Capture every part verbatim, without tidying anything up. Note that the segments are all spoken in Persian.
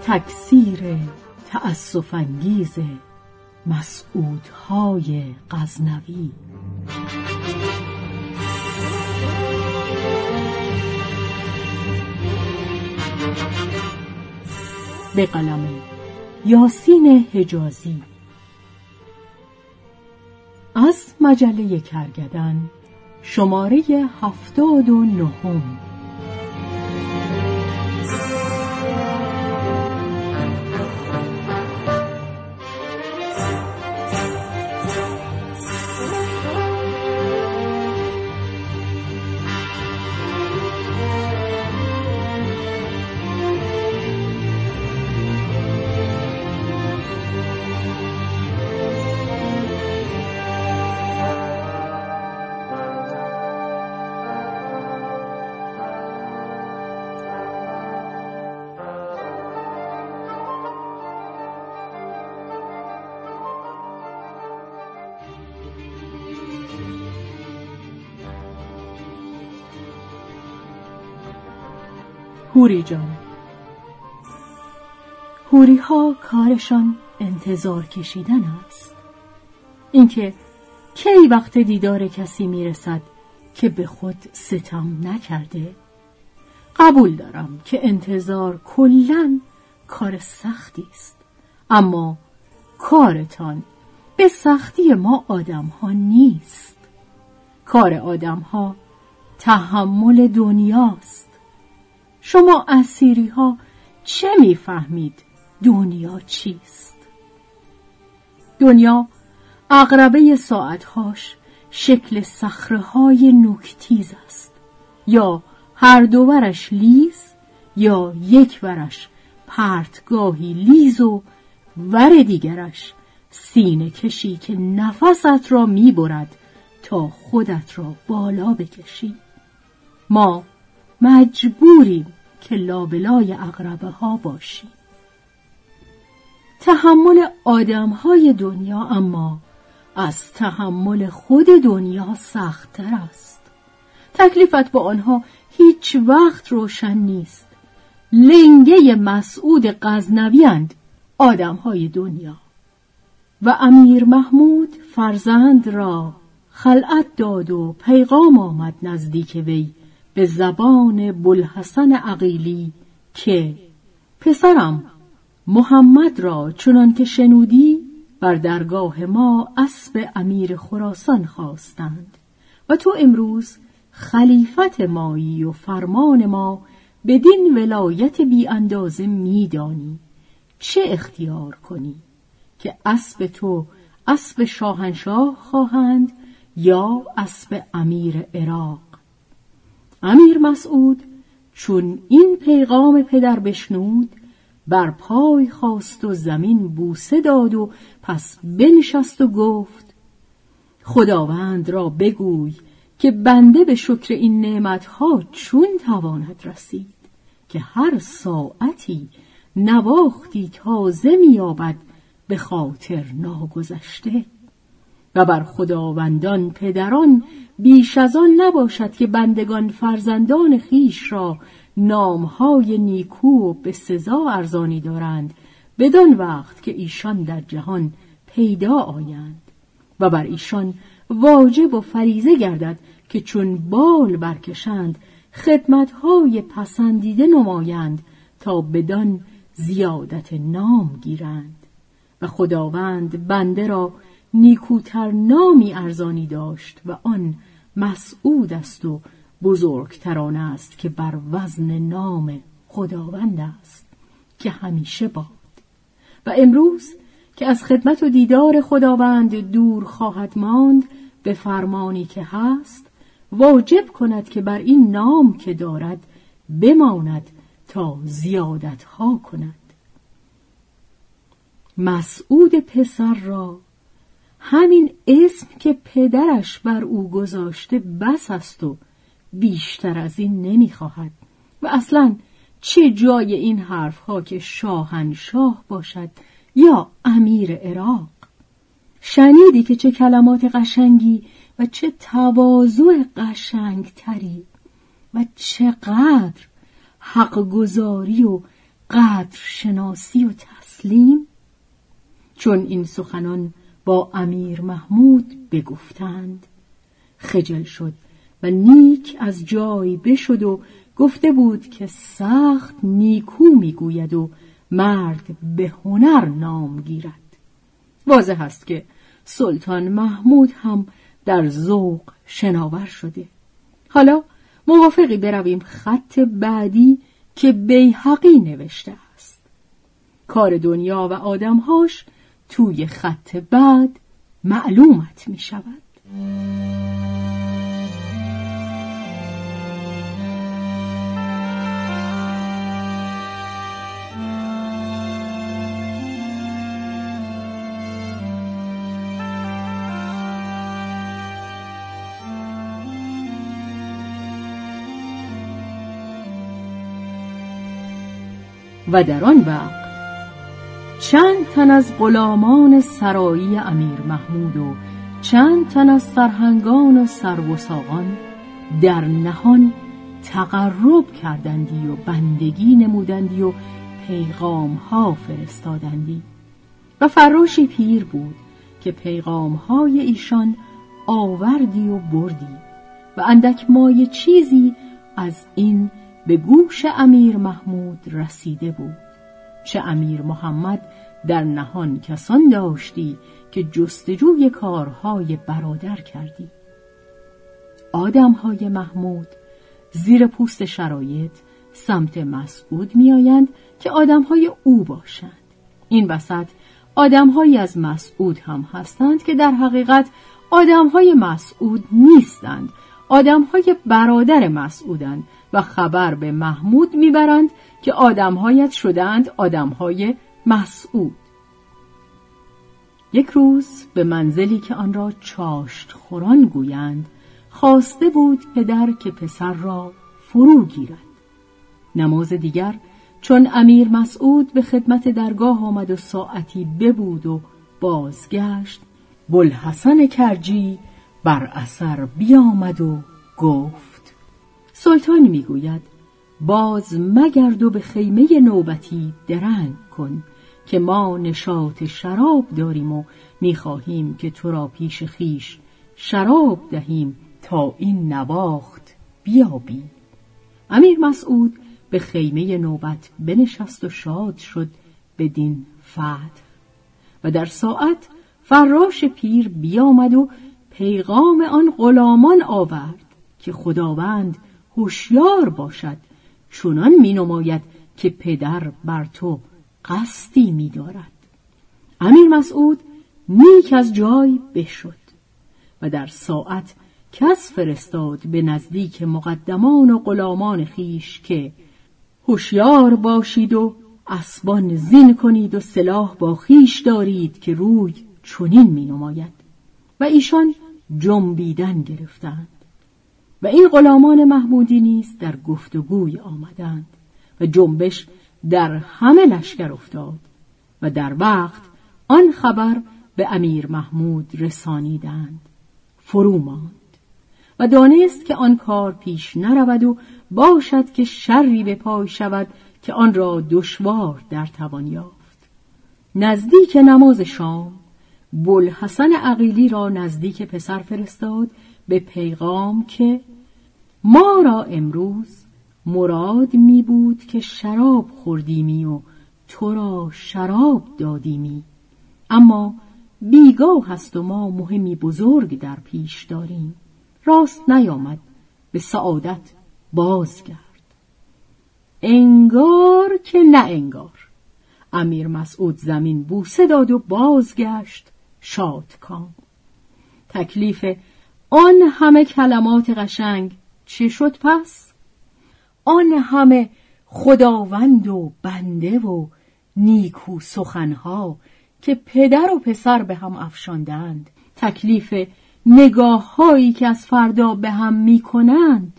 تکثیر تأسف انگیز مسعودهای غزنوی. به قلم یاسین حجازی. از مجله کرگدن، شماره هفتاد و نهم. هوری جان. هوری ها کارشان انتظار کشیدن است. اینکه کی وقت دیدار کسی میرسد که به خود ستم نکرده. قبول دارم که انتظار کلاً کار سختی است، اما کارتان به سختی ما آدم ها نیست. کار آدم ها تحمل دنیاست. شما اسیری ها چه میفهمید دنیا چیست؟ دنیا عقربه ساعتهاش شکل صخره‌های نوک‌تیز است، یا هر دو ورش لیز یا یک ورش پرتگاهی لیز و ور دیگرش سینه کشی که نفست را میبرد تا خودت را بالا بکشی. ما مجبوریم که لابلای عقربه ها باشیم. تحمل آدم های دنیا اما از تحمل خود دنیا سخت‌تر است. تکلیفت با آنها هیچ وقت روشن نیست. لنگه مسعود غزنوی اند آدم های دنیا. و امیر محمود فرزند را خلعت داد و پیغام آمد نزدیک وی به زبان بوالحسن عقیلی که پسرم محمد را چنان که شنودی بر درگاه ما اسب امیر خراسان خواستند و تو امروز خلیفت مایی و فرمان ما بدین ولایت بی اندازه می دانی. چه اختیار کنی که اسب تو اسب شاهنشاه خواهند یا اسب امیر عراق؟ امیر مسعود چون این پیغام پدر بشنود بر پای خاست و زمین بوسه داد و پس بنشست و گفت خداوند را بگوی که بنده به شکر این نعمتها چون تواند رسید که هر ساعتی نواختی تازه می‌یابد به خاطر ناگذشته. و بر خداوندان پدران بیش از آن نباشد که بندگان فرزندان خیش را نامهای نیکو و به سزا ارزانی دارند بدان وقت که ایشان در جهان پیدا آیند و بر ایشان واجب و فریضه گردد که چون بال برکشند خدمتهای پسندیده نمایند تا بدان زیادت نام گیرند. و خداوند بنده را نیکوتر نامی ارزانی داشت و آن مسعود است و بزرگتران است که بر وزن نام خداوند است که همیشه باد. و امروز که از خدمت و دیدار خداوند دور خواهد ماند به فرمانی که هست واجب کند که بر این نام که دارد بماند تا زیادت ها کند. مسعود پسر را همین اسم که پدرش بر او گذاشته بس است و بیشتر از این نمیخواهد. و اصلاً چه جای این حرفها که شاهنشاه باشد یا امیر عراق؟ شنیدی که چه کلمات قشنگی و چه تواضع قشنگ تری و چقدر حق گزاری و قدر شناسی و تسلیم؟ چون این سخنان با امیر محمود بگفتند، خجل شد و نیک از جای بشد و گفته بود که سخت نیکو میگوید و مرد به هنر نام گیرد. واضح است که سلطان محمود هم در ذوق شناور شده. حالا موافقی برویم خط بعدی که بیهقی نوشته است. کار دنیا و آدمهاش توی خط بعد معلومت می شود. و در آن وقت چند تن از غلامان سرایی امیر محمود و چند تن از سرهنگان و سروساقان در نهان تقرب کردندی و بندگی نمودندی و پیغام ها فرستادندی. و فراشی پیر بود که پیغام های ایشان آوردی و بردی و اندک مایه چیزی از این به گوش امیر محمود رسیده بود. چه امیر محمد در نهان کسان داشتی که جستجوی کارهای برادر کردی. آدمهای محمود زیر پوست شرایط سمت مسعود می آیند که آدمهای او باشند. این وسط آدمهایی از مسعود هم هستند که در حقیقت آدمهای مسعود نیستند، آدمهای برادر مسعودند و خبر به محمود میبرند که آدمهایت شدند آدمهای مسعود. یک روز به منزلی که آن را چاشت خوران گویند خواسته بود پدر که پسر را فرو گیرد. نماز دیگر چون امیر مسعود به خدمت درگاه آمد و ساعتی ببود و بازگشت، بوالحسن کرجی بر اثر بیامد و گفت: سلطان میگوید باز مگرد و به خیمه نوبتی درنگ کن که ما نشاط شراب داریم و میخواهیم که تو را پیش خیش شراب دهیم تا این نواخت بیابی. امیر مسعود به خیمه نوبت بنشست و شاد شد بدین فتح. و در ساعت فراش پیر بیامد و پیغام آن غلامان آورد که خداوند هوشیار باشد، چنان می نماید که پدر بر تو قصدی می دارد. امیر مسعود نیک از جای بشد و در ساعت کس فرستاد به نزدیک مقدمان و غلامان خیش که هوشیار باشید و اسبان زین کنید و سلاح با خیش دارید که روی چنین می نماید. و ایشان جنبیدن گرفتند و این غلامان محمودی نیز در گفتگوی آمدند و جنبش در همه لشکر افتاد و در وقت آن خبر به امیر محمود رسانیدند. فرو ماند و دانست که آن کار پیش نرود و باشد که شری به پای شود که آن را دشوار در توان یافت. نزدیک نماز شام بوالحسن عقیلی را نزدیک پسر فرستاد به پیغام که ما را امروز مراد می بود که شراب خوردیمی و تو را شراب دادیمی، اما بیگاه هست و ما مهمی بزرگ در پیش داریم، راست نیامد به سعادت بازگرد. انگار که نه انگار. امیر مسعود زمین بوسه داد و بازگشت شادکام. تکلیف آن همه کلمات قشنگ چه شد پس؟ آن همه خداوند و بنده و نیکو سخنها که پدر و پسر به هم افشاندند، تکلیف نگاه هایی که از فردا به هم می کنند.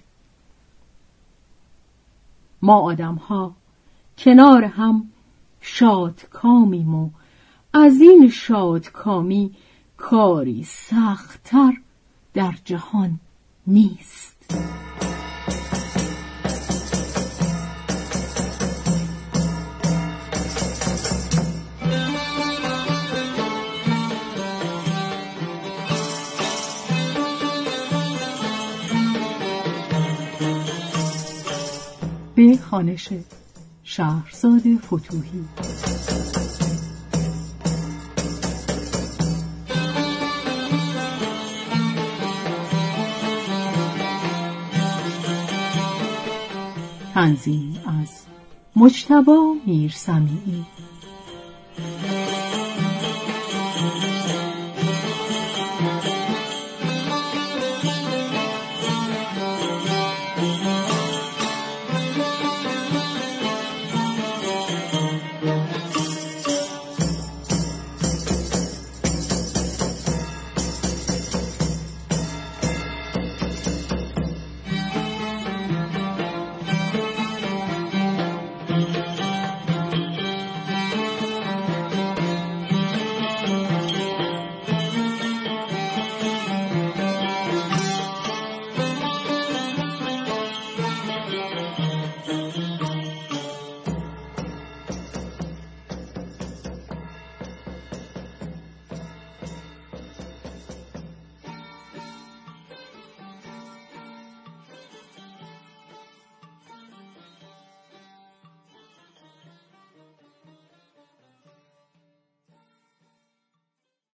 ما آدم ها کنار هم شادکامیم و از این شادکامی کاری سخت‌تر در جهان نیست. خوانش شهرزاد فتوحی. تنظیم از مجتبی میرسمیعی.